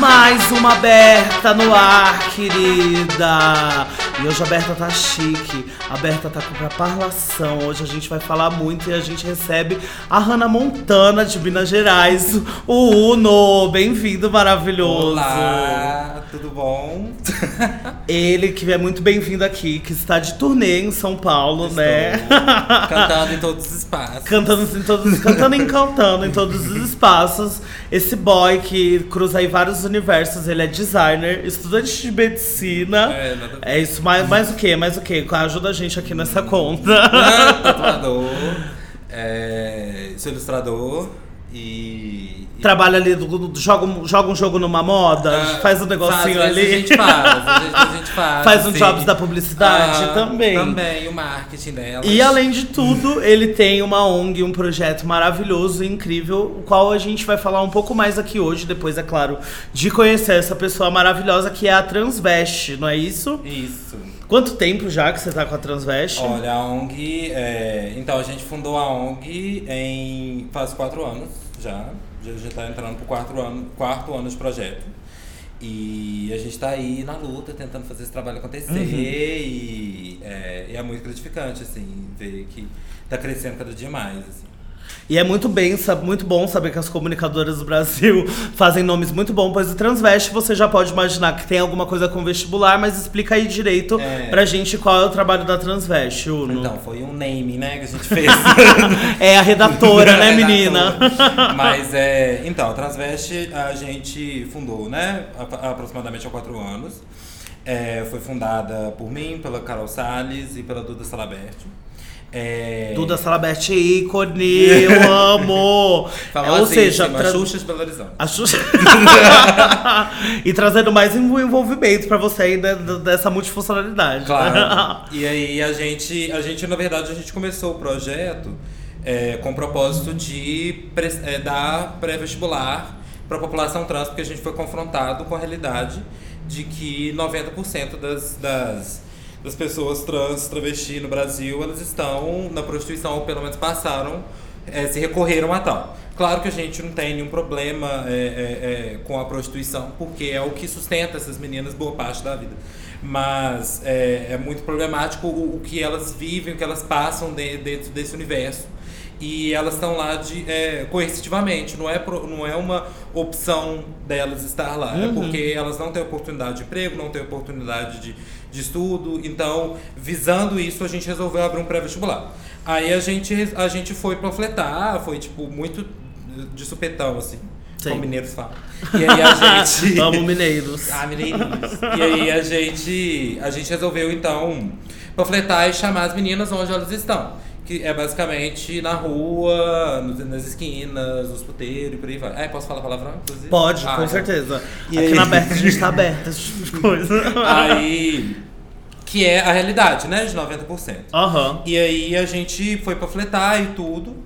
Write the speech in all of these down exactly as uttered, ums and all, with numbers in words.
Mais uma Aberta no ar, querida! E hoje a Aberta tá chique, a Aberta tá com parlação. Hoje a gente vai falar muito e a gente recebe a Hannah Montana de Minas Gerais, o Uno. Bem-vindo, maravilhoso! Olá, tudo bom? Ele que é muito bem-vindo aqui, que está de turnê em São Paulo, Estou né? cantando em todos os espaços. Cantando em todos, cantando e encantando em todos os espaços. Esse boy que cruza aí vários universos, ele é designer, estudante de medicina. É, nada a ver. É isso, mais, mais o quê? Mais o quê? Ajuda a gente aqui nessa conta. É, tatuador, é, sou ilustrador e... e- Trabalha ali, do, do- joga, um- joga um jogo numa moda, Ah, faz um negocinho faz, às vezes ali. A gente faz, às vezes a gente faz. Faz um assim. jobs da publicidade Ah, também. Também, o marketing dela. E além de tudo, ele tem uma O N G, um projeto maravilhoso e incrível, o qual a gente vai falar um pouco mais aqui hoje, depois, é claro, de conhecer essa pessoa maravilhosa que é a Transveste, não é isso? Isso. Quanto tempo já que você tá com a Transveste? Olha, a O N G, é, então a gente fundou a O N G em faz quatro anos já. Já já está entrando pro quarto ano, quarto ano de projeto. E a gente está aí na luta, tentando fazer esse trabalho acontecer. Uhum. E, é, e é muito gratificante, assim, ver que tá crescendo cada dia mais, assim. E é muito bem, sa- muito bom saber que as comunicadoras do Brasil fazem nomes muito bons, pois o Transveste você já pode imaginar que tem alguma coisa com vestibular, mas explica aí direito É. pra gente qual é o trabalho da Transveste, Uno. Então, foi um naming, né, que a gente fez. É a redatora, né, É, menina? redatora. Mas é. Então, a Transveste a gente fundou, né? a- Aproximadamente há quatro anos. É, foi fundada por mim, pela Carol Salles e pela Duda Salaberti. É, Duda Salabert, ícone, eu amo! É, ou seja, a tra- Xuxa de Belo Horizonte. a Xuxa- e trazendo mais envol- envolvimento pra você aí né, d- dessa multifuncionalidade. Claro. E aí a gente, a gente, na verdade, a gente começou o projeto é, com o propósito de pres- é, dar pré-vestibular para a população trans, porque a gente foi confrontado com a realidade de que noventa por cento das, das, das pessoas trans, travesti no Brasil, elas estão na prostituição, ou pelo menos passaram, é, se recorreram a tal. Claro que a gente não tem nenhum problema é, é, é, com a prostituição, porque é o que sustenta essas meninas boa parte da vida. Mas é, é muito problemático o, o que elas vivem, o que elas passam de, dentro desse universo. E elas estão lá de, é, coercitivamente, não é, pro, não é uma opção delas estar lá, é Uhum. porque elas não têm oportunidade de emprego, não têm oportunidade de, de estudo. Então, visando isso, a gente resolveu abrir um pré-vestibular. Aí a gente, a gente foi panfletar, foi tipo muito de supetão, assim, Sim. como mineiros falam. E aí a gente... Amo mineiros. Ah, mineirinhos. E aí a gente, a gente resolveu, então, panfletar e chamar as meninas onde elas estão. Que é basicamente na rua, nos- nas esquinas, nos puteiros e por aí vai. Ah, posso falar palavrão, inclusive? Pode, Ah, com então. certeza. E Aqui aí? na Aberta a gente tá aberta, esse tipo de coisa. Aí, que é a realidade, né, de noventa por cento. Aham. E aí a gente foi panfletar e tudo.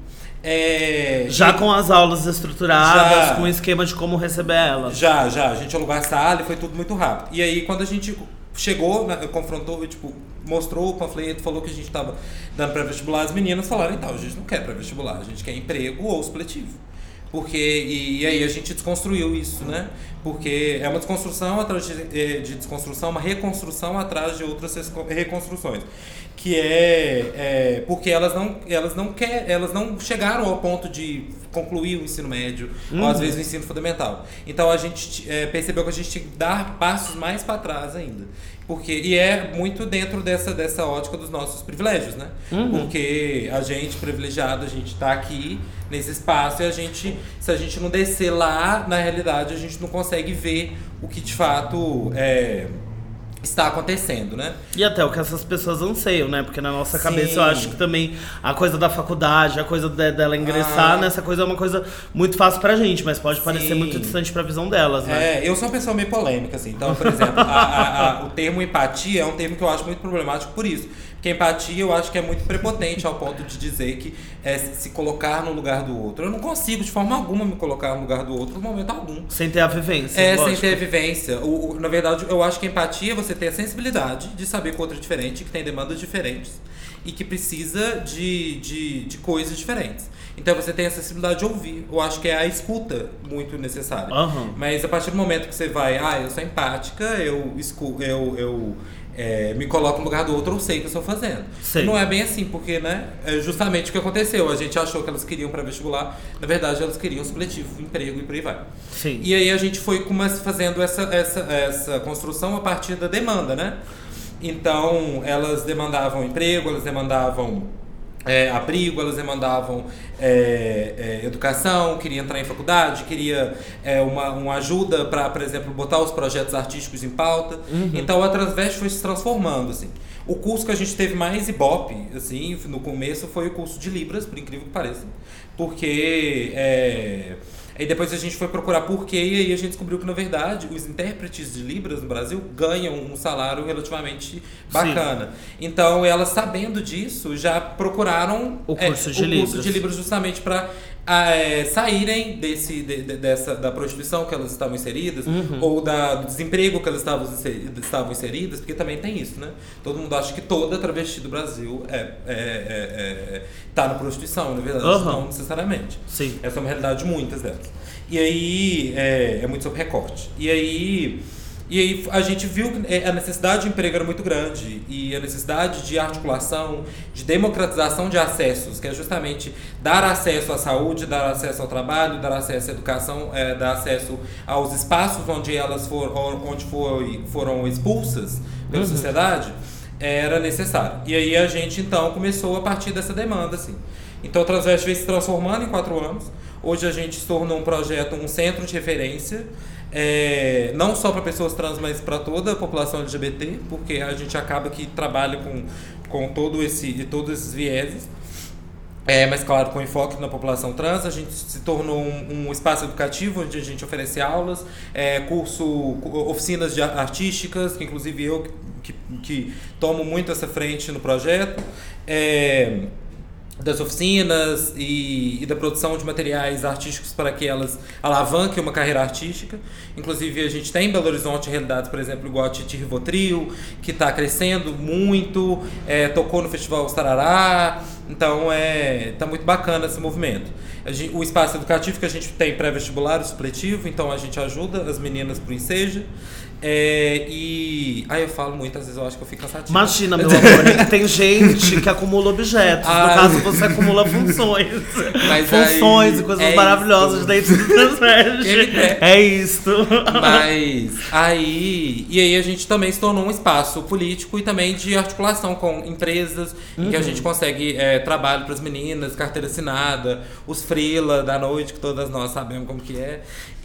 É, Já e- com as aulas estruturadas, Já. com o esquema de como receber elas. Já, já. A gente alugou a sala e foi tudo muito rápido. E aí, quando a gente chegou, né, confrontou, tipo, mostrou o panfleto, falou que a gente tava dando pré-vestibular, as meninas falaram, então, a gente não quer pré-vestibular, a gente quer emprego ou supletivo. Porque, e, e aí a gente desconstruiu isso, né? Porque é uma desconstrução atrás de, eh, de desconstrução, uma reconstrução atrás de outras resco- reconstruções. Que é, é porque elas não, elas não quer, elas não chegaram ao ponto de concluir o ensino médio, ou às vezes o ensino fundamental. Então a gente eh, percebeu que a gente tinha que dar passos mais para trás ainda. Porque, e é muito dentro dessa, dessa ótica dos nossos privilégios, né? Uhum. Porque a gente, privilegiado, a gente tá aqui nesse espaço e a gente, se a gente não descer lá, na realidade, a gente não consegue ver o que de fato é, está acontecendo, né? E até o que essas pessoas anseiam, né? Porque na nossa Sim. cabeça eu acho que também a coisa da faculdade, a coisa de- dela ingressar Ah. nessa coisa é uma coisa muito fácil pra gente, mas pode parecer Sim. muito distante pra visão delas, né? É, eu sou uma pessoa meio polêmica, assim. Então, por exemplo, a- a- a- o termo empatia é um termo que eu acho muito problemático por isso. Porque empatia eu acho que é muito prepotente ao ponto de dizer que é se colocar no lugar do outro. Eu não consigo, de forma alguma, me colocar no lugar do outro, no momento algum. Sem ter a vivência. É, sem lógico. ter a vivência. O, o- na verdade, eu acho que a empatia é você ter a sensibilidade de saber que o outro é diferente, que tem demandas diferentes e que precisa de, de, de coisas diferentes. Então você tem a acessibilidade de ouvir. Eu acho que é a escuta muito necessária. Uhum. Mas a partir do momento que você vai, ah, eu sou empática, eu, escu eu, eu é, me coloco no lugar do outro, eu sei o que eu estou fazendo. Sei. Não é bem assim, porque, né, é justamente o que aconteceu. A gente achou que elas queriam para vestibular, na verdade elas queriam supletivo, emprego e por aí vai. Sim. E aí a gente foi fazendo essa, essa, essa construção a partir da demanda, né? Então, elas demandavam emprego, elas demandavam é, abrigo, elas demandavam é, é, educação, queria entrar em faculdade, queria é, uma, uma ajuda para, por exemplo, botar os projetos artísticos em pauta. Uhum. Então, a Transvest foi se transformando, assim. O curso que a gente teve mais ibope, assim, no começo, foi o curso de Libras, por incrível que pareça. Porque... É, Aí depois a gente foi procurar por quê, e aí a gente descobriu que, na verdade, os intérpretes de Libras no Brasil ganham um salário relativamente bacana. Sim. Então, elas, sabendo disso, já procuraram o curso, é, de, o Libras. curso de Libras justamente para é, saírem desse, de, de, dessa, da prostituição que elas estavam inseridas, uhum. ou da, do desemprego que elas estavam inseridas, estavam inseridas, porque também tem isso, né? Todo mundo acha que toda travesti do Brasil é, é, é, é, tá na prostituição, na verdade, uhum. não necessariamente. Sim. Essa é uma realidade de muitas delas. E aí, é, é muito sobre recorte. E aí, e aí a gente viu que a necessidade de emprego era muito grande e a necessidade de articulação, de democratização de acessos, que é justamente dar acesso à saúde, dar acesso ao trabalho, dar acesso à educação, é, dar acesso aos espaços onde elas for, onde foi, foram expulsas pela uhum. sociedade, era necessário. E aí a gente, então, começou a partir dessa demanda, assim. Então, a Transvest veio se transformando em quatro anos. Hoje a gente se tornou um projeto, um centro de referência, é, não só para pessoas trans, mas para toda a população L G B T, porque a gente acaba que trabalha com, com todo esse, todos esses vieses. É, mas claro, com enfoque na população trans, a gente se tornou um, um espaço educativo onde a gente oferece aulas, é, curso, oficinas de artísticas, que inclusive eu que, que tomo muito essa frente no projeto. É, das oficinas e, e da produção de materiais artísticos para que elas alavanquem uma carreira artística. Inclusive, a gente tem em Belo Horizonte realidades, por exemplo, igual a Titi Rivotril, que está crescendo muito, é, tocou no Festival Sarará, então é, tá muito bacana esse movimento. A gente, o espaço educativo que a gente tem pré-vestibular e supletivo, então a gente ajuda as meninas para o Enseja. É, e... Ai, eu falo muito, às vezes eu acho que eu fico cansativo. Imagina, meu amor, é que tem gente que acumula objetos. Ai. No caso, você acumula funções. Mas funções aí, e coisas é maravilhosas isso. Dentro do Transvest. É isso. Mas aí... E aí a gente também se tornou um espaço político e também de articulação com empresas, uhum. em que a gente consegue é, trabalho para as meninas, carteira assinada, os freela da noite, que todas nós sabemos como que é.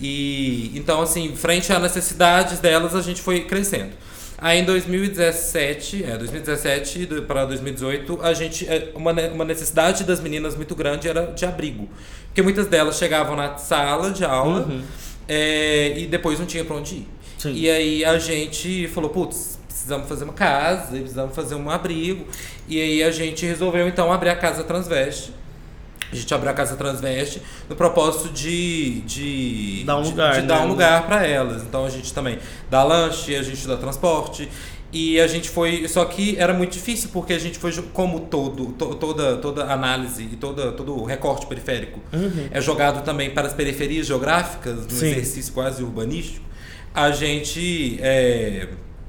E então, assim, frente às necessidades delas, a gente foi crescendo. Aí em dois mil e dezessete, é, dois mil e dezessete para dois mil e dezoito, a gente, uma, uma necessidade das meninas muito grande era de abrigo. Porque muitas delas chegavam na sala de aula, uhum. é, e depois não tinha para onde ir. Sim. E aí a gente falou, putz, precisamos fazer uma casa, precisamos fazer um abrigo. E aí a gente resolveu então abrir a Casa Transvest. A gente abriu a Casa Transvest no propósito de, de, dar um lugar, de, de né? dar um lugar para elas. Então a gente também dá lanche, a gente dá transporte. E a gente foi. Só que era muito difícil, porque a gente foi, como todo, to, toda, toda análise e toda, todo o recorte periférico uhum. é jogado também para as periferias geográficas, num Sim. exercício quase urbanístico. A gente. É,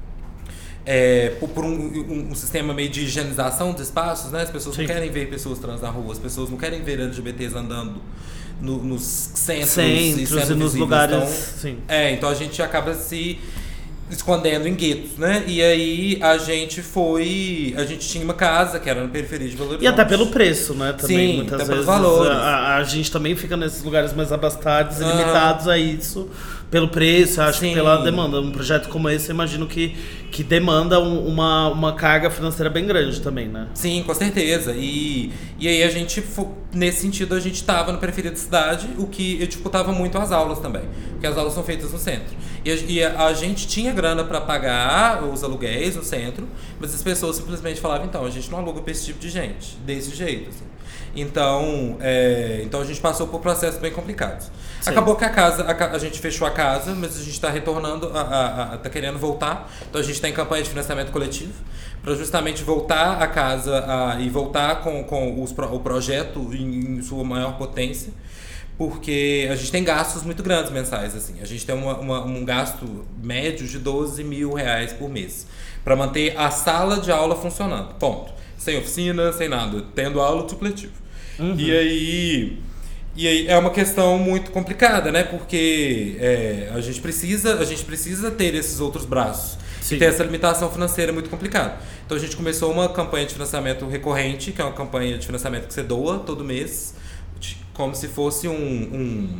É, por, por um, um, um sistema meio de higienização dos espaços, né? As pessoas Sim. não querem ver pessoas trans na rua, as pessoas não querem ver L G B Ts andando no, nos centros, centros e, sendo e nos visíveis. lugares. Então, Sim. É, então a gente acaba se escondendo em guetos, né? E aí a gente foi... A gente tinha uma casa que era na periferia de Belo Horizonte. E até pelo preço, né? Também, Sim, muitas até vezes pelos valores. A, a gente também fica nesses lugares mais abastados e ah. limitados a isso. Pelo preço, acho Sim. que pela demanda. Um projeto como esse, eu imagino que, que demanda um, uma, uma carga financeira bem grande também, né? Sim, com certeza. E, e aí a gente, nesse sentido, a gente estava na periferia da cidade, o que dificultava muito as aulas também. Porque as aulas são feitas no centro. E a, e a, a gente tinha grana para pagar os aluguéis no centro, mas as pessoas simplesmente falavam, então, a gente não aluga para esse tipo de gente, desse jeito, assim. Então, é, então a gente passou por processos bem complicados. Sim. Acabou que a casa, a, a gente fechou a casa, mas a gente está retornando, a, a, a, tá querendo voltar. Então a gente está em campanha de financiamento coletivo para justamente voltar a casa a, e voltar com, com os, o projeto em, em sua maior potência. Porque a gente tem gastos muito grandes mensais, assim. A gente tem uma, uma, um gasto médio de doze mil reais por mês para manter a sala de aula funcionando. Ponto. Sem oficina, sem nada. Tendo aula supletivo. Uhum. E aí... E aí é uma questão muito complicada, né? Porque é, a, gente precisa, a gente precisa ter esses outros braços. Sim. E ter essa limitação financeira é muito complicado. Então a gente começou uma campanha de financiamento recorrente, que é uma campanha de financiamento que você doa todo mês, como se fosse um, um,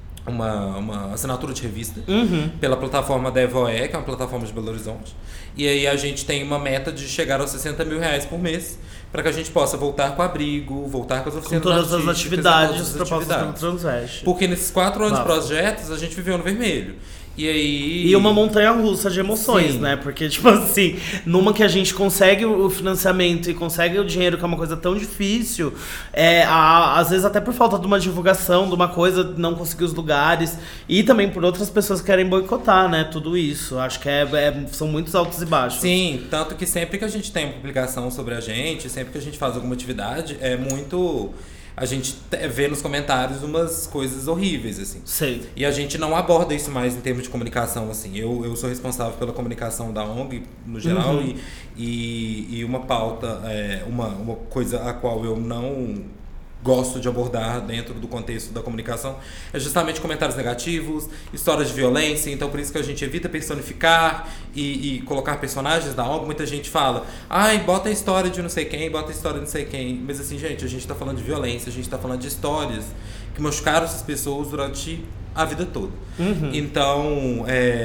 uma, uma assinatura de revista, uhum. pela plataforma da Evoe, que é uma plataforma de Belo Horizonte. E aí a gente tem uma meta de chegar aos sessenta mil reais por mês, para que a gente possa voltar com abrigo, voltar com as oficinas com todas as atividades propostas pelo Transveste. Porque nesses quatro anos de projetos, a gente viveu no vermelho. E aí... E uma montanha-russa de emoções, Sim. né? Porque, tipo assim, numa que a gente consegue o financiamento e consegue o dinheiro, que é uma coisa tão difícil, é, a, às vezes até por falta de uma divulgação, de uma coisa, não conseguir os lugares, e também por outras pessoas que querem boicotar, né? Tudo isso. Acho que é, é, são muitos altos e baixos. Sim, tanto que sempre que a gente tem uma publicação sobre a gente, sempre que a gente faz alguma atividade, é muito... A gente vê nos comentários umas coisas horríveis, assim. Sei. E a gente não aborda isso mais em termos de comunicação, assim. Eu, eu sou responsável pela comunicação da O N G, no geral, uhum. e, e, e uma pauta, é, uma, uma coisa a qual eu não gosto de abordar dentro do contexto da comunicação é justamente comentários negativos, histórias de violência. Então por isso que a gente evita personificar e, e colocar personagens da O N G. Muita gente fala, ai, bota a história de não sei quem, bota a história de não sei quem. Mas assim, gente, a gente tá falando de violência, a gente tá falando de histórias que machucaram essas pessoas durante a vida toda. Uhum. Então,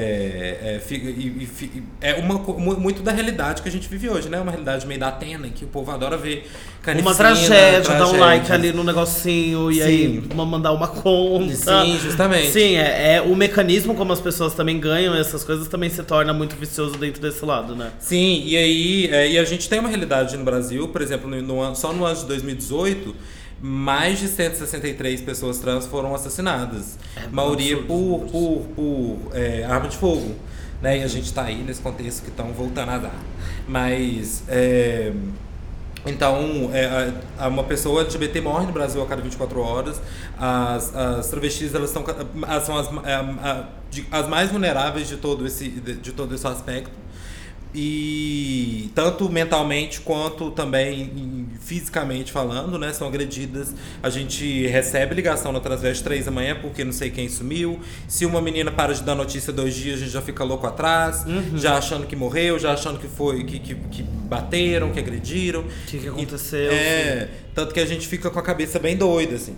é, é, fica, e, e, é uma, muito da realidade que a gente vive hoje, né? Uma realidade meio da Atena, que o povo adora ver carnificina, uma tragédia, tragédia, dar um like ali no negocinho e Sim. aí uma, mandar uma conta. Sim, justamente. Sim, é, é o mecanismo como as pessoas também ganham essas coisas também se torna muito vicioso dentro desse lado, né? Sim, e aí é, e a gente tem uma realidade no Brasil, por exemplo, no, no, só no ano de dois mil e dezoito, mais de cento e sessenta e três pessoas trans foram assassinadas. É, maioria por, por, por é, arma de fogo. Né? E a gente está aí nesse contexto que estão voltando a dar. Mas, é, então, é, a, uma pessoa L G B T morre no Brasil a cada vinte e quatro horas. As, as travestis, elas são, são as, a, as mais vulneráveis de todo esse, de todo esse aspecto. E tanto mentalmente quanto também fisicamente falando, né, são agredidas. A gente recebe ligação na Transveste três da manhã porque não sei quem sumiu. Se uma menina para de dar notícia dois dias, a gente já fica louco atrás, uhum. já achando que morreu, já achando que foi que, que, que bateram, que agrediram. O que, que aconteceu? E, é, tanto que a gente fica com a cabeça bem doida, assim.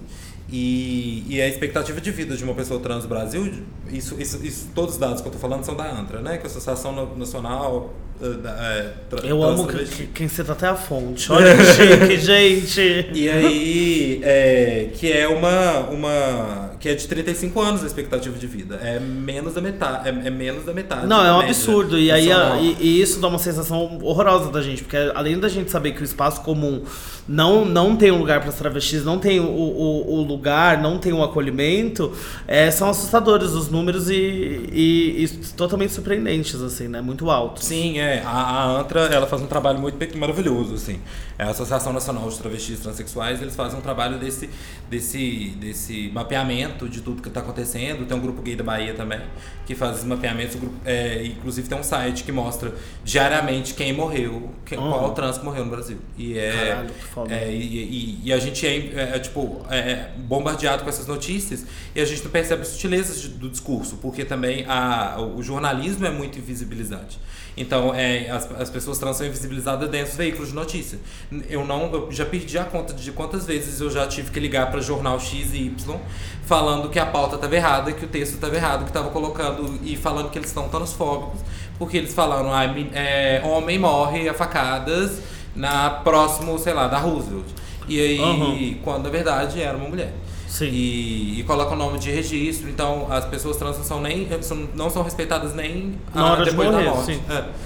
E, e a expectativa de vida de uma pessoa trans no Brasil, isso, isso, isso, todos os dados que eu tô falando são da ANTRA, né? Que é a Associação Nacional uh, da, é, tra, Eu amo que, que, quem cita até a fonte. Olha que chique, gente! E aí, é, que é uma, uma... que é de trinta e cinco anos a expectativa de vida. É menos da metade. É, é menos da metade. Não, é um absurdo. E, aí, a, e, e isso dá uma sensação horrorosa da gente. Porque além da gente saber que o espaço comum não, não tem um lugar para as travestis, não tem o, o, o lugar, não tem um acolhimento, é, são assustadores os números e, e, e totalmente surpreendentes, assim, né? Muito altos. Sim, é. A, a ANTRA, ela faz um trabalho muito maravilhoso, assim. É a Associação Nacional de Travestis e Transsexuais, eles fazem um trabalho desse, desse, desse mapeamento de tudo que está acontecendo. Tem um grupo gay da Bahia também, que faz esse mapeamento. É, inclusive tem um site que mostra diariamente quem morreu, quem, uhum. qual trans que morreu no Brasil. E é, Caralho, que foda. É, e, e, e a gente é, é, é tipo, é bombardeado com essas notícias e a gente não percebe as sutilezas de, do discurso, porque também a, o jornalismo é muito invisibilizante. Então, é, as, as pessoas trans são invisibilizadas dentro dos veículos de notícia. Eu, não, eu já perdi a conta de quantas vezes eu já tive que ligar para jornal X e Y falando que a pauta estava errada, que o texto estava errado, que estava colocando e falando que eles estão transfóbicos, porque eles falaram, ah, é, homem morre a facadas na próximo, sei lá, da Roosevelt. E aí, uhum. quando na verdade era uma mulher. Sim. E, e coloca o nome de registro, então as pessoas trans não são, nem, não são respeitadas nem na hora depois de morrer, da morte. Sim. É.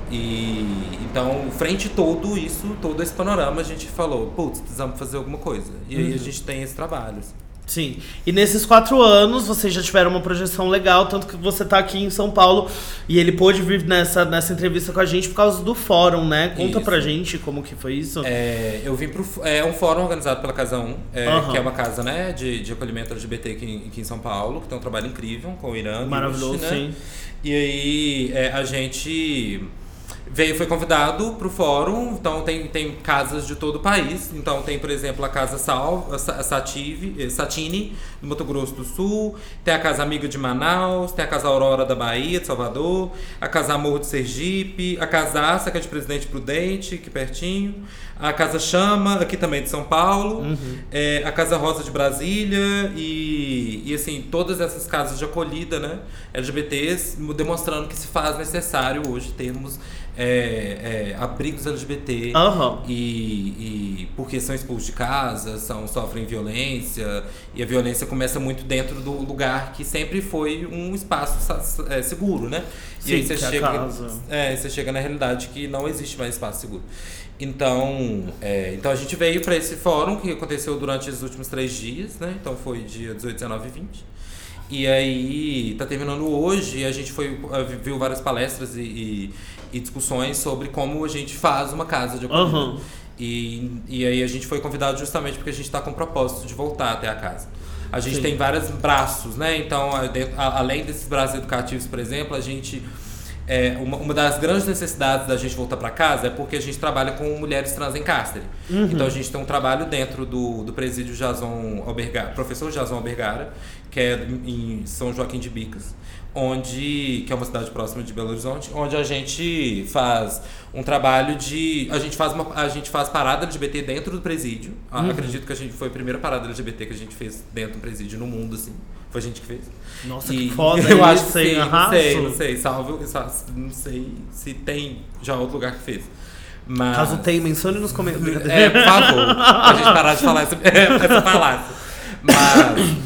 E então, frente a todo isso, todo esse panorama, a gente falou, putz, precisamos fazer alguma coisa. E aí Uhum. a gente tem esse trabalho. Sim. E nesses quatro anos, vocês já tiveram uma projeção legal, tanto que você tá aqui em São Paulo e ele pôde vir nessa, nessa entrevista com a gente por causa do fórum, né? Conta Isso. pra gente como que foi isso. É, eu vim pro. É um fórum organizado pela Casa um, é, Aham. que é uma casa, né, de, de acolhimento L G B T aqui, aqui em São Paulo, que tem um trabalho incrível com o Irã. Maravilhoso, né? sim. E aí é, a gente veio, foi convidado pro fórum, então tem, tem casas de todo o país. Então tem, por exemplo, a Casa Sal, a Sa- Sative, eh, Satine, do Mato Grosso do Sul, tem a Casa Amiga de Manaus, tem a Casa Aurora da Bahia, de Salvador, a Casa Amor de Sergipe, a Casa Aça, que é de Presidente Prudente, aqui pertinho, a Casa Chama, aqui também de São Paulo, eh, a Casa Rosa de Brasília e, e assim, todas essas casas de acolhida, né, L G B Ts, demonstrando que se faz necessário hoje termos é, é, abrigos L G B T Aham. e, e porque são expulsos de casa, são, sofrem violência, e a violência começa muito dentro do lugar que sempre foi um espaço sa- é, seguro, né? Sim, e aí você que é a chega, casa. é, você chega na realidade que não existe mais espaço seguro. Então, é, então a gente veio para esse fórum que aconteceu durante os últimos três dias, né? Então foi dia dezoito, dezenove e vinte. E aí tá terminando hoje e a gente foi, viu várias palestras e, e, e discussões sobre como a gente faz uma casa de acolhida. Aham. E, e aí a gente foi convidado justamente porque a gente está com o propósito de voltar até a casa. A gente Sim. tem vários braços, né? Então, a- dentro- a- além desses braços educativos, por exemplo, a gente... É, uma, uma das grandes necessidades da gente voltar para casa é porque a gente trabalha com mulheres trans em cárcere. Então a gente tem um trabalho dentro do, do presídio Jason Albergara, professor Jason Albergara, que é em São Joaquim de Bicas, onde, que é uma cidade próxima de Belo Horizonte, onde a gente faz um trabalho de... A gente faz, uma, a gente faz parada L G B T dentro do presídio. Uhum. Acredito que a gente foi a primeira parada L G B T que a gente fez dentro do presídio no mundo, assim. Foi a gente que fez. Nossa, E que foda eu isso, acho que hein? sim, não Arraso. sei, não sei, salvo, sa- não sei se tem já outro lugar que fez. Mas... Caso tenha, mencione nos comentários. É, por favor, pra gente parar de falar essa, essa falácia. Mas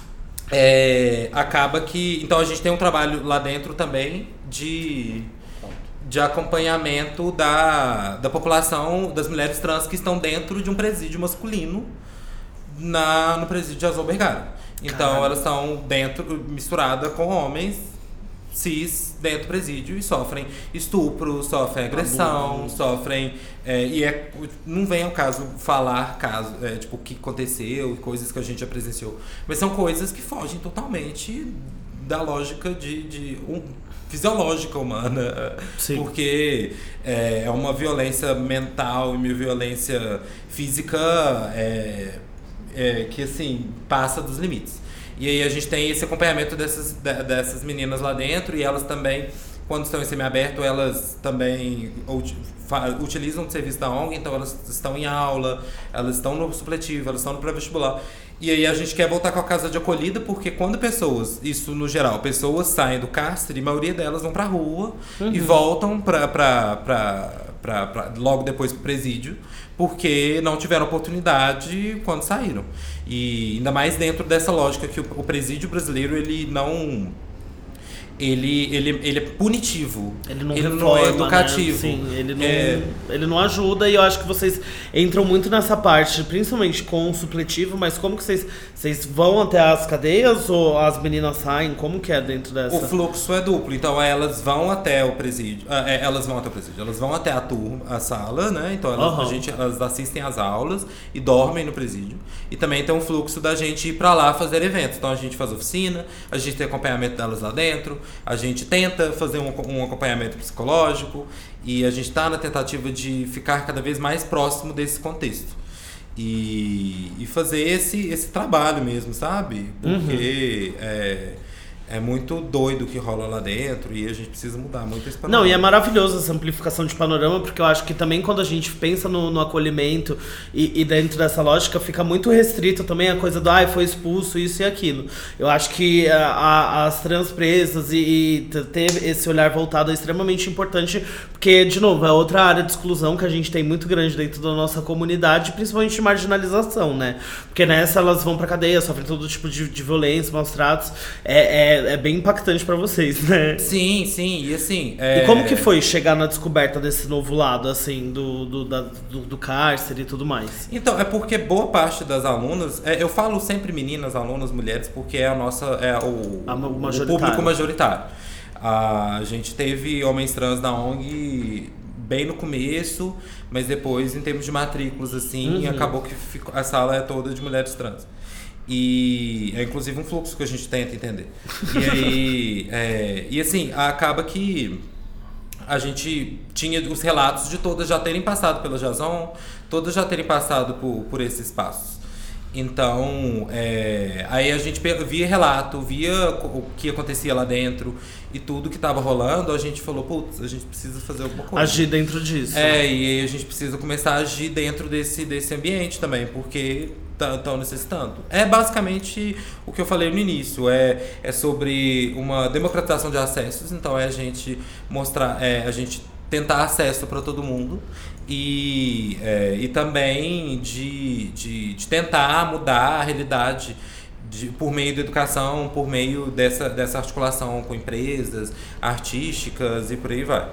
é, acaba que... Então a gente tem um trabalho lá dentro também de, de acompanhamento da, da população, das mulheres trans que estão dentro de um presídio masculino na, no presídio de Jason Albergara. Então Caralho. elas estão dentro, misturada com homens cis dentro do presídio e sofrem estupro, sofrem agressão, Abuso. sofrem... é, e é, não vem ao caso falar caso, é, tipo, o que aconteceu, coisas que a gente já presenciou. Mas são coisas que fogem totalmente da lógica de... de um, fisiológica humana. Sim. Porque é, é uma violência mental e uma violência física... É, É, que assim, passa dos limites. E aí a gente tem esse acompanhamento dessas, de- dessas meninas lá dentro, e elas também, quando estão em semiaberto, elas também ut- fa- utilizam o serviço da O N G, então elas estão em aula, elas estão no supletivo, elas estão no pré-vestibular. E aí a gente quer voltar com a casa de acolhida, porque quando pessoas, isso no geral, pessoas saem do cárcere, a maioria delas vão pra rua e voltam pra, pra, pra, pra, pra, logo depois pro presídio, porque não tiveram oportunidade quando saíram. E ainda mais dentro dessa lógica que o, o presídio brasileiro, ele não... Ele, ele, ele é punitivo. Ele não, ele reforma, não é né? educativo. Sim, ele não, É, ele não ajuda, e eu acho que vocês entram muito nessa parte, principalmente com o supletivo, mas como que vocês, vocês vão até as cadeias ou as meninas saem? Como que é dentro dessa? O fluxo é duplo, então elas vão até o presídio, ah, é, elas vão até o presídio, elas vão até a turma, a sala, né? Então elas, Aham. a gente, elas assistem às aulas e dormem no presídio. E também tem um fluxo da gente ir pra lá fazer eventos. Então a gente faz oficina, a gente tem acompanhamento delas lá dentro, a gente tenta fazer um, um acompanhamento psicológico e a gente tá na tentativa de ficar cada vez mais próximo desse contexto. E, e fazer esse, esse trabalho mesmo, sabe? Porque é, é muito doido o que rola lá dentro e a gente precisa mudar muito esse panorama. Não, e é maravilhoso essa amplificação de panorama, porque eu acho que também quando a gente pensa no, no acolhimento e, e dentro dessa lógica, fica muito restrito também a coisa do ai, foi expulso, isso e aquilo. Eu acho que a, a, as trans presas e, e ter esse olhar voltado é extremamente importante, porque, de novo, é outra área de exclusão que a gente tem muito grande dentro da nossa comunidade, principalmente de marginalização, né? Porque nessa elas vão pra cadeia, sofrem todo tipo de, de violência, maus tratos. É, é, é, é bem impactante pra vocês, né? Sim, sim, e assim... É... E como que foi chegar na descoberta desse novo lado, assim, do, do, da, do, do cárcere e tudo mais? Então, é porque boa parte das alunas... É, eu falo sempre meninas, alunas, mulheres, porque é a nossa... É o, a o público majoritário. A gente teve homens trans na O N G bem no começo, mas depois, em termos de matrículas, assim, uhum. acabou que ficou, a sala é toda de mulheres trans. E é inclusive um fluxo que a gente tenta entender. E aí, é, e assim, acaba que a gente tinha os relatos de todas já terem passado pela Jason, todas já terem passado por, por esses passos. Então, é, aí a gente via relato, via o que acontecia lá dentro e tudo que estava rolando, a gente falou, putz, a gente precisa fazer alguma coisa. Agir dentro disso. É, e aí a gente precisa começar a agir dentro desse, desse ambiente também, porque estão necessitando. É basicamente o que eu falei no início, é, é sobre uma democratização de acessos, então é a gente mostrar, é a gente tentar acesso para todo mundo e, é, e também de, de, de tentar mudar a realidade de, por meio da educação, por meio dessa, dessa articulação com empresas artísticas e por aí vai.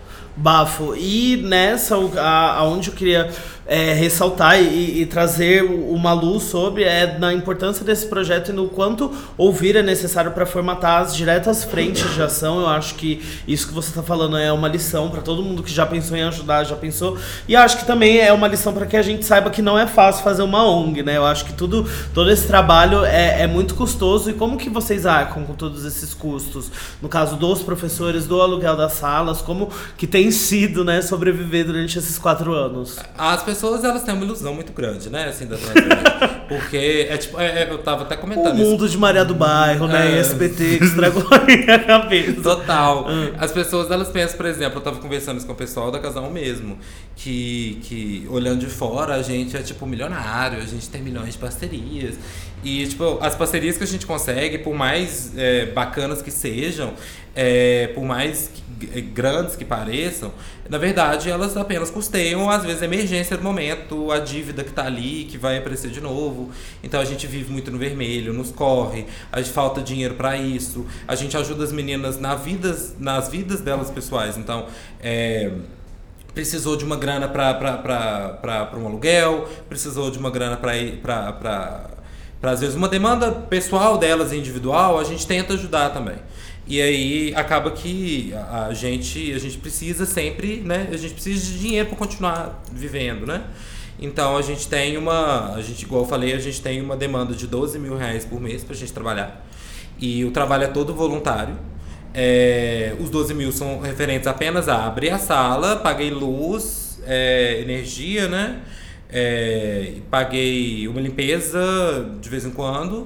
Bafo. E nessa, a, aonde eu queria é, ressaltar e, e trazer uma luz sobre é na importância desse projeto e no quanto ouvir é necessário para formatar as diretas frentes de ação. Eu acho que isso que você está falando é uma lição para todo mundo que já pensou em ajudar, já pensou. E acho que também é uma lição para que a gente saiba que não é fácil fazer uma O N G, né? Eu acho que tudo, todo esse trabalho é, é muito custoso. E como que vocês arcam com todos esses custos? No caso dos professores, do aluguel das salas, como que tem sido, né, sobreviver durante esses quatro anos? As pessoas, elas têm uma ilusão muito grande, né, assim, da transferência. Porque, é tipo, é, eu tava até comentando o mundo isso. de Maria do Bairro, né, é... e S B T, que estragou a minha cabeça. Total. Hum. As pessoas, elas pensam, por exemplo, eu tava conversando isso com o pessoal da Casal mesmo, que, que olhando de fora, a gente é, tipo, milionário, a gente tem milhões de parcerias. E, tipo, as parcerias que a gente consegue, por mais é, bacanas que sejam, é, por mais que, é, grandes que pareçam, na verdade, elas apenas custeiam, às vezes, a emergência do momento, a dívida que tá ali, que vai aparecer de novo. Então, a gente vive muito no vermelho, nos corre, a gente falta dinheiro para isso, a gente ajuda as meninas na vidas, nas vidas delas pessoais. Então, é... precisou de uma grana para um aluguel, precisou de uma grana para ir para para às vezes uma demanda pessoal delas individual, a gente tenta ajudar também. E aí acaba que a, a gente a gente precisa sempre, né? A gente precisa de dinheiro para continuar vivendo, né? Então a gente tem uma, a gente, igual eu falei, a gente tem uma demanda de doze mil reais por mês para a gente trabalhar. E o trabalho é todo voluntário. É, os doze mil são referentes apenas a abrir a sala, paguei luz, é, energia, né? É, paguei uma limpeza de vez em quando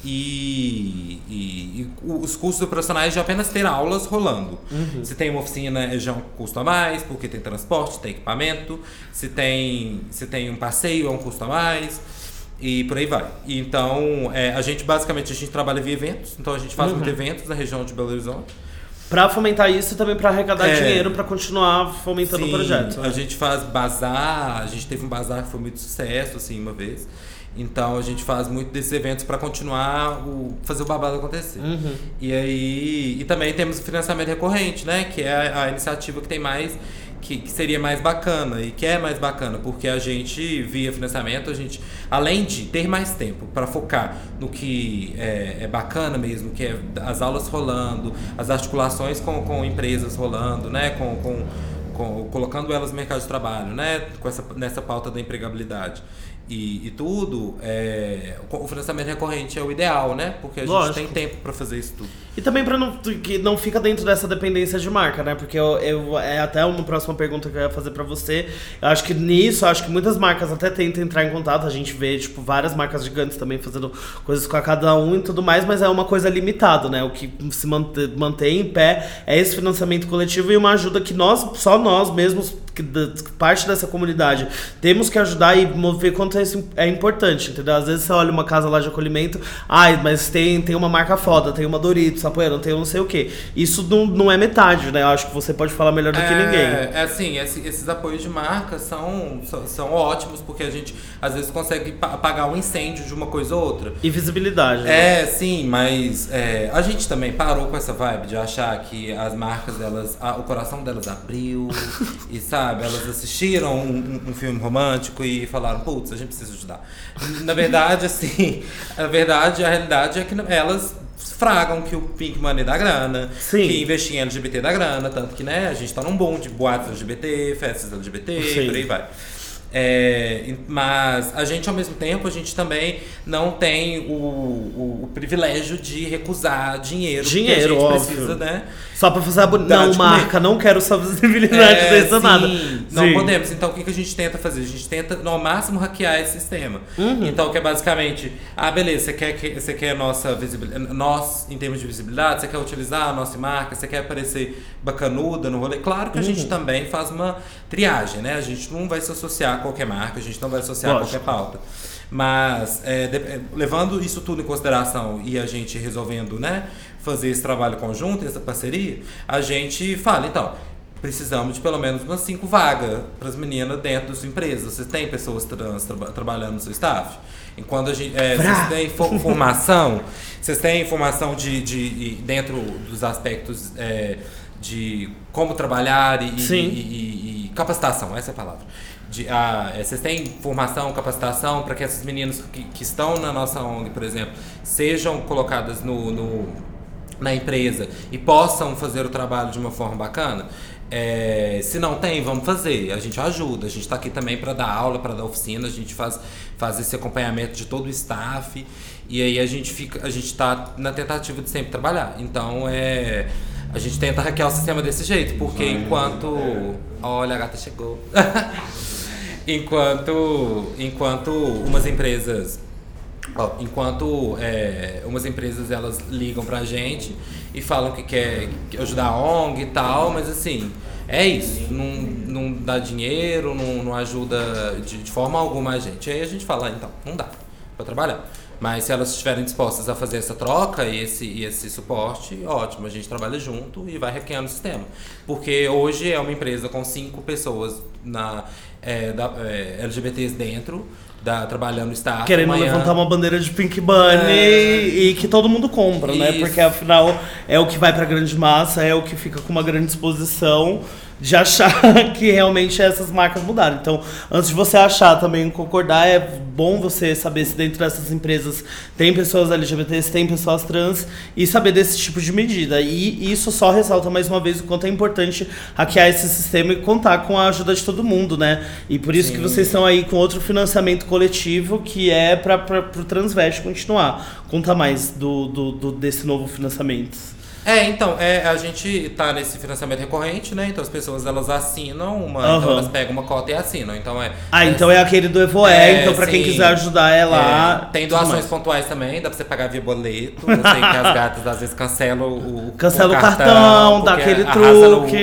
e, e, e os custos operacionais de apenas ter aulas rolando. Uhum. Se tem uma oficina, já é um custo a mais, porque tem transporte, tem equipamento. Se tem, se tem um passeio, é um custo a mais. E por aí vai. Então, é, a gente basicamente a gente trabalha via eventos. Então, a gente faz uhum. muitos eventos na região de Belo Horizonte. Pra fomentar isso e também pra arrecadar é, dinheiro pra continuar fomentando sim, o projeto. A né? gente faz bazar, a gente teve um bazar que foi muito sucesso, assim, uma vez. Então a gente faz muito desses eventos pra continuar o fazer o babado acontecer. Uhum. E aí e também temos o financiamento recorrente, né? Que é a, a iniciativa que tem mais que, que seria mais bacana e que é mais bacana, porque a gente via financiamento, a gente além de ter mais tempo para focar no que é, é bacana mesmo, que é as aulas rolando, as articulações com, com empresas rolando, né? Com, com, com colocando elas no mercado de trabalho, né? Com essa nessa pauta da empregabilidade. E, e tudo, é, o financiamento recorrente é o ideal, né? Porque a Lógico. gente tem tempo para fazer isso tudo. E também para não que não fica dentro dessa dependência de marca, né? Porque eu, eu, é até uma próxima pergunta que eu ia fazer para você. Eu acho que nisso, acho que muitas marcas até tentam entrar em contato. A gente vê, tipo, várias marcas gigantes também fazendo coisas com a cada um e tudo mais, mas é uma coisa limitada, né? O que se mantém, mantém em pé é esse financiamento coletivo e uma ajuda que nós, só nós mesmos que, da, parte dessa comunidade, temos que ajudar e ver quanto isso é importante, entendeu? Às vezes você olha uma casa lá de acolhimento, ai, mas tem, tem uma marca foda, tem uma Doritos apoiando, tem um não sei o quê. Isso não, não é metade, né? Eu acho que você pode falar melhor do é, que ninguém. É assim, esse, esses apoios de marca são, são, são ótimos, porque a gente às vezes consegue apagar o incêndio de uma coisa ou outra. E visibilidade, né? É, sim, mas é, a gente também parou com essa vibe de achar que as marcas, elas, a, o coração delas abriu e, sabe, elas assistiram um, um, um filme romântico e falaram, putz, a gente precisa ajudar. Na verdade, assim, a verdade, a realidade é que elas fragam que o Pink Money dá grana, Sim. que investir em L G B T dá grana, tanto que, né, a gente tá num boom de boatos L G B T, festas L G B T, Sim. por aí vai. É, mas a gente, ao mesmo tempo, a gente também não tem o, o, o privilégio de recusar dinheiro. Dinheiro, que a gente óbvio. precisa, né? Só pra fazer a bonita. Não, marca, não quero sua visibilidade, é, não nada. Não sim. podemos. Então, o que, que a gente tenta fazer? A gente tenta, no máximo, hackear esse sistema. Uhum. Então, que é basicamente, ah, beleza, você quer, que, você quer nossa visibilidade, nós, em termos de visibilidade, você quer utilizar a nossa marca, você quer aparecer bacanuda no rolê. Claro que a uhum. gente também faz uma triagem, né? A gente não vai se associar a qualquer marca, a gente não vai associar Lógico. a qualquer pauta. Mas, é, de, levando isso tudo em consideração e a gente resolvendo, né, fazer esse trabalho conjunto, essa parceria, a gente fala, então, precisamos de pelo menos umas cinco vagas para as meninas dentro das suas empresas. Vocês têm pessoas trans tra trabalhando no seu staff? Enquanto a gente, é, vocês têm formação, vocês têm informação de, de, de, dentro dos aspectos é, de como trabalhar e, e, e, e capacitação, essa é a palavra. De, ah, vocês têm formação, capacitação para que essas meninas que, que estão na nossa O N G, por exemplo, sejam colocadas no, no, na empresa e possam fazer o trabalho de uma forma bacana? É, se não tem, vamos fazer. A gente ajuda. A gente está aqui também para dar aula, para dar oficina. A gente faz, faz esse acompanhamento de todo o staff. E aí a gente fica, a gente está na tentativa de sempre trabalhar. Então é, a gente tenta hackear o sistema desse jeito, porque enquanto, olha, a gata chegou. Enquanto, enquanto umas empresas, ó, enquanto é, umas empresas elas ligam pra gente e falam que quer ajudar a O N G e tal, mas assim, é isso, não, não dá dinheiro, não, não ajuda de, de forma alguma a gente. Aí a gente fala, ah, então, não dá pra trabalhar. Mas se elas estiverem dispostas a fazer essa troca e esse, e esse suporte, ótimo, a gente trabalha junto e vai hackeando o sistema. Porque hoje é uma empresa com cinco pessoas na, é, da, é, L G B Ts dentro, da, trabalhando no staff. Querendo amanhã, levantar uma bandeira de Pink Bunny é... e que todo mundo compra, Isso. né? Porque afinal é o que vai pra grande massa, é o que fica com uma grande exposição de achar que realmente essas marcas mudaram. Então, antes de você achar também, concordar, é bom você saber se dentro dessas empresas tem pessoas L G B T, se tem pessoas trans, e saber desse tipo de medida. E isso só ressalta mais uma vez o quanto é importante hackear esse sistema e contar com a ajuda de todo mundo, né? E por isso Sim. que vocês estão aí com outro financiamento coletivo, que é para o Transveste continuar. Conta mais do, do, do, desse novo financiamento. É, então, é, a gente tá nesse financiamento recorrente, né? Então as pessoas, elas assinam uma, uhum. então elas pegam uma cota e assinam. Então é... Ah, é, então é aquele do Evoé, é, então pra sim, quem quiser ajudar é lá. É, tem doações mais. pontuais também, dá pra você pagar via boleto. Eu sei que as gatas às vezes cancelam o, Cancela o cartão, cartão dá aquele truque.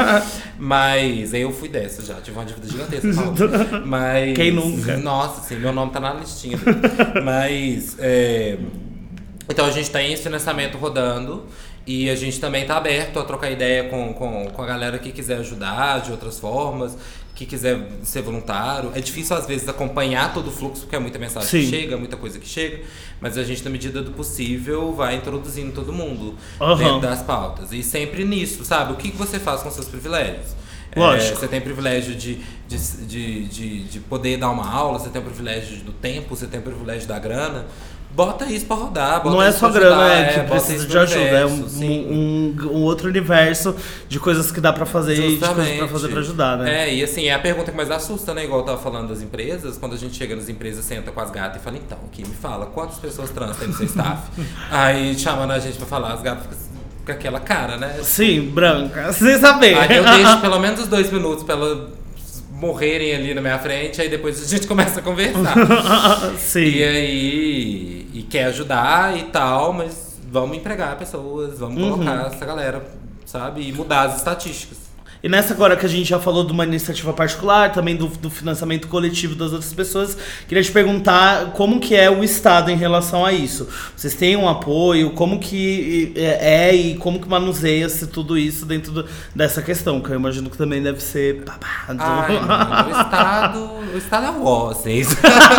Mas eu fui dessa já, tive uma dívida gigantesca. Mas... Quem nunca? Nossa, sim, meu nome tá na listinha. Mas... É, então a gente tem esse financiamento rodando. E a gente também está aberto a trocar ideia com, com, com a galera que quiser ajudar de outras formas, que quiser ser voluntário. É difícil, às vezes, acompanhar todo o fluxo, porque é muita mensagem Sim. que chega, muita coisa que chega. Mas a gente, na medida do possível, vai introduzindo todo mundo uhum. dentro das pautas. E sempre nisso, sabe? O que você faz com seus privilégios? Lógico. É, você tem o privilégio de, de, de, de, de poder dar uma aula, você tem o privilégio do tempo, você tem o privilégio da grana. Bota isso pra rodar, bota Não é isso só pra grana, ajudar, é que é, precisa de ajuda. É um, um, um outro universo de coisas que dá pra fazer Justamente. e de coisas pra fazer pra ajudar, né? É, e assim, é a pergunta que mais assusta, né? Igual eu tava falando das empresas, quando a gente chega nas empresas, senta com as gatas e fala, então, aqui, me fala, quantas pessoas trans tem no seu staff? Aí chamando a gente pra falar, as gatas ficam com aquela cara, né? Sim, branca, sem saber. Aí eu deixo pelo menos os dois minutos pra ela morrerem ali na minha frente, aí depois a gente começa a conversar. Sim. E aí, e quer ajudar e tal, mas vamos empregar pessoas, vamos uhum. colocar essa galera, sabe? E mudar as estatísticas. E nessa agora que a gente já falou de uma iniciativa particular, também do, do financiamento coletivo das outras pessoas, queria te perguntar como que é o Estado em relação a isso. Vocês têm um apoio? Como que é e como que manuseia-se tudo isso dentro do, dessa questão? Que eu imagino que também deve ser babado. Ai, mano, o Estado, o Estado é um ó, vocês.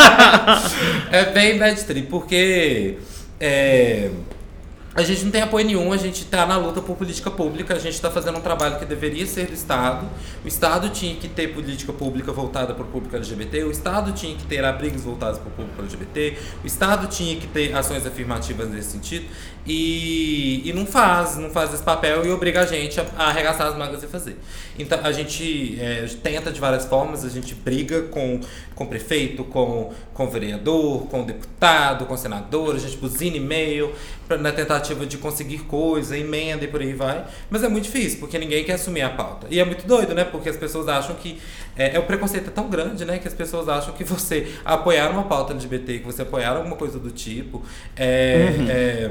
É bem bad trip, porque... É, a gente não tem apoio nenhum, a gente tá na luta por política pública, a gente tá fazendo um trabalho que deveria ser do Estado. O Estado tinha que ter política pública voltada para o público L G B T, o Estado tinha que ter abrigos voltados para o público L G B T, o Estado tinha que ter ações afirmativas nesse sentido, e, e não faz, não faz esse papel e obriga a gente a, a arregaçar as mangas e fazer. Então a gente é, tenta de várias formas, a gente briga com, com o prefeito, com, com o vereador, com o deputado, com o senador, a gente buzina e-mail pra, na tentativa de conseguir coisa, emenda e por aí vai. Mas é muito difícil, porque ninguém quer assumir a pauta. E é muito doido, né? Porque as pessoas acham que... É, é o preconceito é tão grande, né? Que as pessoas acham que você apoiar uma pauta L G B T, que você apoiar alguma coisa do tipo... É, uhum. é,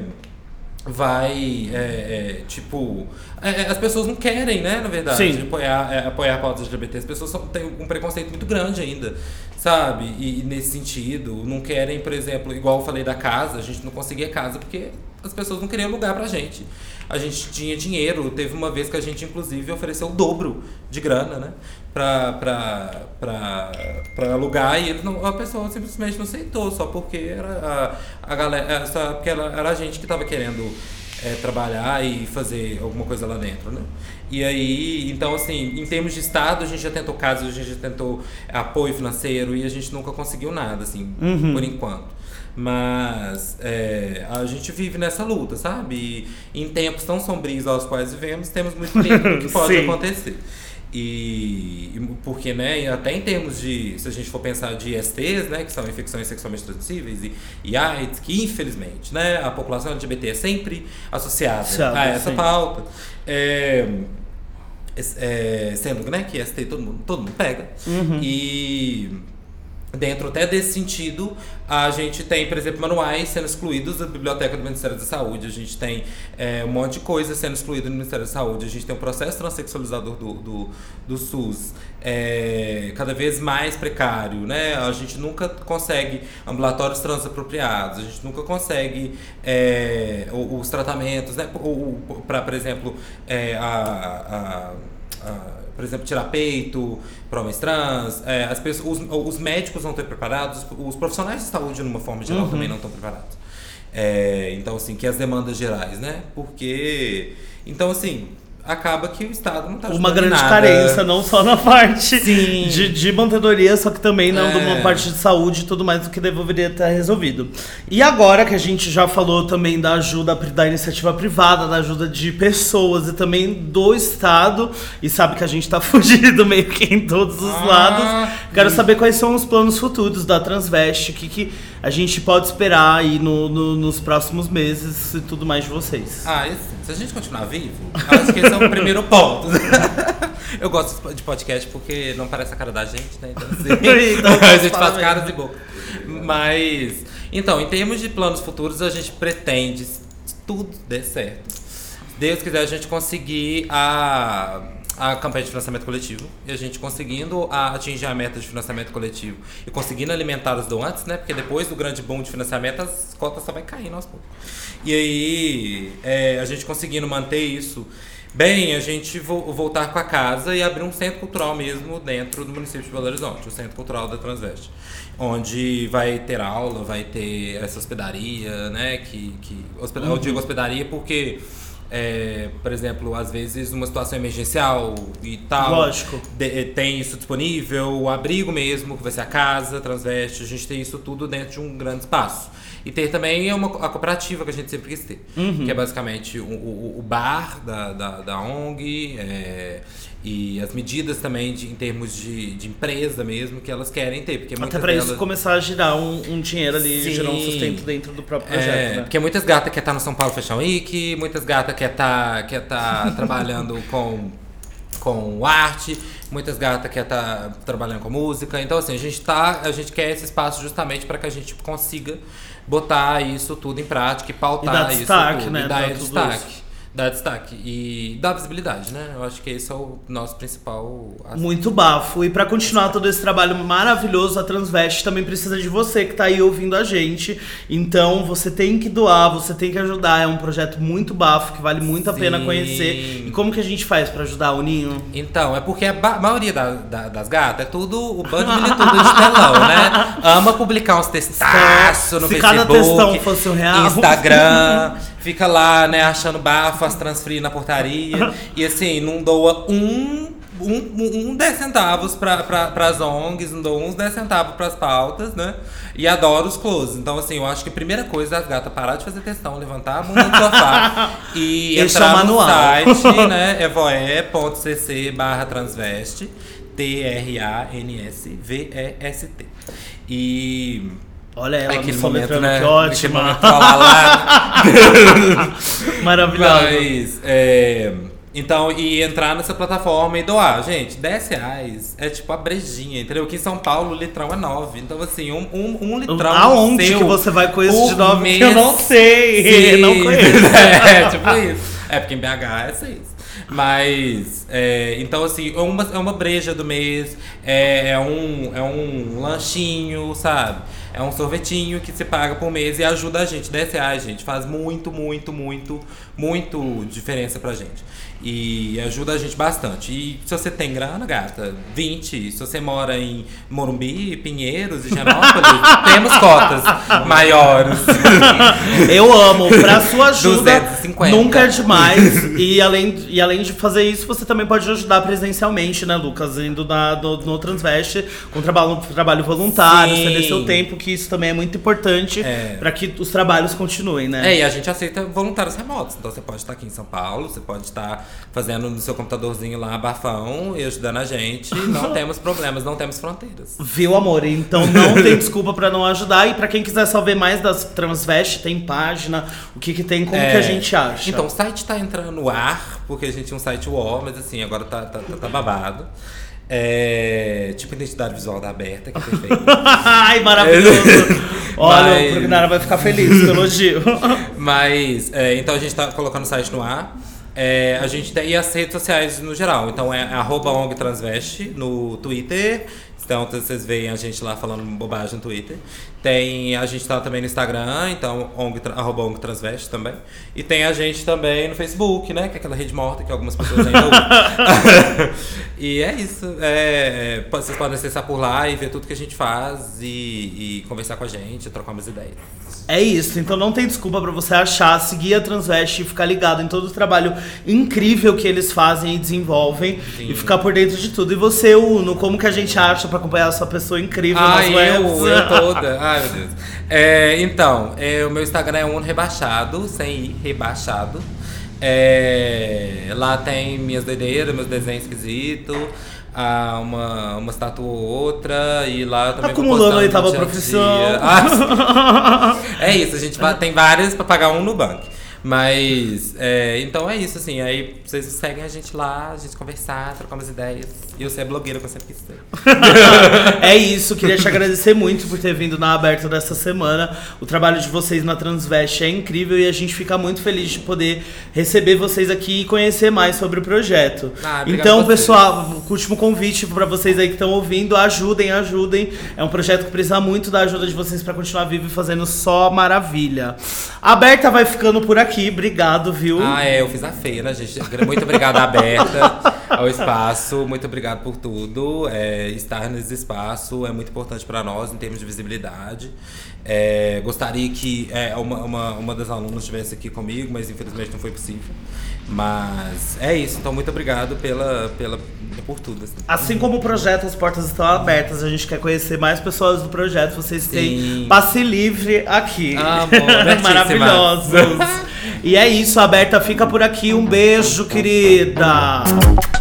vai, é, é, tipo... É, as pessoas não querem, né, na verdade, Sim. apoiar, é, apoiar pautas L G B T. As pessoas só têm um preconceito muito grande ainda, sabe? E, e nesse sentido, não querem, por exemplo, igual eu falei da casa, a gente não conseguia casa porque as pessoas não queriam lugar pra gente. A gente tinha dinheiro, teve uma vez que a gente, inclusive, ofereceu o dobro de grana, né? Pra, pra, pra, pra alugar, e eles não, a pessoa simplesmente não aceitou, só porque era a, a galera, só porque era, era a gente que tava querendo é, trabalhar e fazer alguma coisa lá dentro, né? E aí, então assim, em termos de Estado, a gente já tentou casos, a gente já tentou apoio financeiro e a gente nunca conseguiu nada, assim, uhum. por enquanto. Mas é, a gente vive nessa luta, sabe? E em tempos tão sombrios aos quais vivemos, temos muito medo do que pode acontecer. E porque, né, até em termos de, se a gente for pensar de I S Ts, né, que são infecções sexualmente transmissíveis, e, e AIDS, que infelizmente, né, a população L G B T é sempre associada Sabe, a essa sim. pauta. É, é, sendo, né, que I S T todo mundo, todo mundo pega. Uhum. E dentro até desse sentido, a gente tem, por exemplo, manuais sendo excluídos da biblioteca do Ministério da Saúde, a gente tem é, um monte de coisa sendo excluída no Ministério da Saúde, a gente tem um processo transexualizador do, do, do SUS é, cada vez mais precário, né? A gente nunca consegue ambulatórios transapropriados, a gente nunca consegue é, os, os tratamentos, né? Para, por exemplo, é, a, a, a por exemplo, tirar peito para homens trans, é, as pessoas, os, os médicos não estão preparados, os profissionais de saúde, numa forma geral, uhum. também não estão preparados. É, então, assim, que as demandas gerais, né? Porque, então, assim, acaba que o Estado não está ajudando uma grande nada. carência, não só na parte de, de mantedoria, só que também não é. de uma parte de saúde e tudo mais do que deveria estar resolvido. E agora que a gente já falou também da ajuda da iniciativa privada, da ajuda de pessoas e também do Estado, e sabe que a gente tá fugindo meio que em todos os ah, lados, quero saber quais são os planos futuros da Transveste, o que, que a gente pode esperar aí no, no, nos próximos meses e tudo mais de vocês. Ah, isso, se a gente continuar vivo, acho que esse é o primeiro ponto. Eu gosto de podcast porque não parece a cara da gente, né? Então, assim, então, a gente faz caras e boca. Mas, então, em termos de planos futuros, a gente pretende, se tudo der certo, se Deus quiser, a gente conseguir a, a campanha de financiamento coletivo. E a gente conseguindo a, atingir a meta de financiamento coletivo e conseguindo alimentar os doantes, né? Porque depois do grande boom de financiamento, as cotas só vai caindo aos poucos. E aí, é, a gente conseguindo manter isso bem, a gente vo- voltar com a casa e abrir um centro cultural mesmo dentro do município de Belo Horizonte, o Centro Cultural da Transveste, onde vai ter aula, vai ter essa hospedaria, né, que, que hosped- uhum. eu digo hospedaria porque, é, por exemplo, às vezes numa situação emergencial e tal, Lógico. De, tem isso disponível, o abrigo mesmo, que vai ser a casa Transveste, a gente tem isso tudo dentro de um grande espaço. E ter também uma, a cooperativa que a gente sempre quis ter, uhum. que é basicamente o, o, o bar da, da, da O N G, é, e as medidas também de, em termos de, de empresa mesmo que elas querem ter. Porque até para delas... isso começar a girar um, um dinheiro ali, Sim. gerar um sustento dentro do próprio projeto. É, né? Porque muitas gatas querem estar no São Paulo Fashion Week, muitas gatas querem estar, quer estar trabalhando com... com arte, muitas gatas querem estar trabalhando com música. Então, assim, a gente, tá, a gente quer esse espaço justamente para que a gente consiga botar isso tudo em prática e pautar e dar isso destaque, tudo. Né, e dar destaque. Dá destaque e dá visibilidade, né? Eu acho que esse é o nosso principal aspecto. Muito bafo. E pra continuar todo esse trabalho maravilhoso, a Transveste também precisa de você que tá aí ouvindo a gente. Então você tem que doar, você tem que ajudar. É um projeto muito bafo, que vale muito a Sim. pena conhecer. E como que a gente faz pra ajudar o Ninho? Então, é porque a ba- maioria da- da- das gatas é tudo o bando de militudo de telão, né? Ama publicar uns textaços no Se Facebook, cada textão fosse um real. Instagram, fica lá, né, achando bafo, as transferir na portaria. E assim, não doa um, um, um dez centavos pra, pra, pras O N Gs, não doa uns dez centavos pras pautas, né? E adora os close. Então, assim, eu acho que a primeira coisa é as gatas parar de fazer textão, levantar a bunda do sofá e Esse entrar é o no manual. site, né? evoe.cc barra transveste, T R A N S V E S T. E... Olha ela, aquele me momento, soletrando, né? que Aquele ótima. momento lá, lá. Maravilhosa. Mas, é, então, e entrar nessa plataforma e doar. Gente, dez reais é tipo a brejinha, entendeu? Aqui em São Paulo, o litrão é nove. Então, assim, um, um, um litrão Aonde seu que você vai com esse por de nove? mês, Que eu não sei, sim. não conheço. É, tipo isso. É, porque em B H é seis. Mas, é, então assim, é uma, é uma breja do mês, é, é, um, é um lanchinho, sabe? É um sorvetinho que você paga por mês e ajuda a gente. dez reais, gente, faz muito, muito, muito, muito diferença pra gente. E ajuda a gente bastante. E se você tem grana, gata, vinte. Se você mora em Morumbi, Pinheiros e Genópolis, temos cotas maiores. Eu amo. Pra sua ajuda, duzentos e cinquenta. nunca é demais. E além, e além de fazer isso, você também pode ajudar presencialmente, né, Lucas? Indo na, do, no Transveste, com trabalho, trabalho voluntário, Sim. ceder seu tempo, que isso também é muito importante É. pra que os trabalhos continuem, né? É, e a gente aceita voluntários remotos. Então você pode estar aqui em São Paulo, você pode estar fazendo no seu computadorzinho lá bafão e ajudando a gente. Não temos problemas, não temos fronteiras. Viu, amor? Então não tem desculpa pra não ajudar. E pra quem quiser saber mais das Transveste, tem página, o que que tem, como É, que a gente acha? Então, o site tá entrando no ar, porque a gente tinha um site wall, mas assim, agora tá, tá, tá, tá babado. É, tipo identidade visual da Aberta, que é perfeito. Ai, maravilhoso! Olha, Mas- o Prognara vai ficar feliz com o elogio. Mas, é, então a gente tá colocando o site no ar. É, a gente tem e as redes sociais no geral. Então é arroba O N G Transveste no Twitter. Então vocês veem a gente lá falando bobagem no Twitter. Tem, a gente tá também no Instagram, então O N G, arroba O N G Transveste também. E tem a gente também no Facebook, né? Que é aquela rede morta que algumas pessoas ainda usam. E é isso. É, é, vocês podem acessar por lá e ver tudo que a gente faz e, e conversar com a gente, trocar umas ideias. É isso, então não tem desculpa pra você achar, seguir a Transveste e ficar ligado em todo o trabalho incrível que eles fazem e desenvolvem. Sim. E ficar por dentro de tudo. E você, Uno, como que a gente acha pra acompanhar essa pessoa incrível Ai, nas eu, webs? eu toda. Ai, meu Deus. É, então, é, o meu Instagram é Uno Rebaixado, sem i, rebaixado. É, lá tem minhas doideiras, meus desenhos esquisitos. Ah, uma, uma estátua ou outra, e lá eu também vou Acumulando postando a oitava no dia a profissão. dia. Ah, é isso, a gente vai, tem várias pra pagar um no banco. Mas, é, então é isso, assim, aí vocês seguem a gente lá, a gente conversar, trocar umas ideias. E eu ser a blogueira que eu sempre quis ser. É isso, queria te agradecer muito por ter vindo na Aberta dessa semana. O trabalho de vocês na Transveste é incrível e a gente fica muito feliz de poder receber vocês aqui e conhecer mais sobre o projeto. Ah, obrigado Então, a vocês. pessoal, o último convite para vocês aí que estão ouvindo, ajudem, ajudem. É um projeto que precisa muito da ajuda de vocês para continuar vivo e fazendo só maravilha. A Aberta vai ficando por aqui, obrigado, viu? Ah, é, eu fiz a feia, né, gente? Muito obrigado, Aberta, ao espaço. Muito obrigado por tudo. É, estar nesse espaço é muito importante para nós em termos de visibilidade. É, gostaria que é, uma, uma, uma das alunas estivesse aqui comigo, mas infelizmente não foi possível. Mas é isso, então muito obrigado pela, pela, por tudo. Assim. Assim como o projeto, as portas estão abertas. A gente quer conhecer mais pessoas do projeto. Vocês Sim. têm passe livre aqui. Amor, Maravilhosos. E é isso, a Aberta fica por aqui. Um beijo, querida.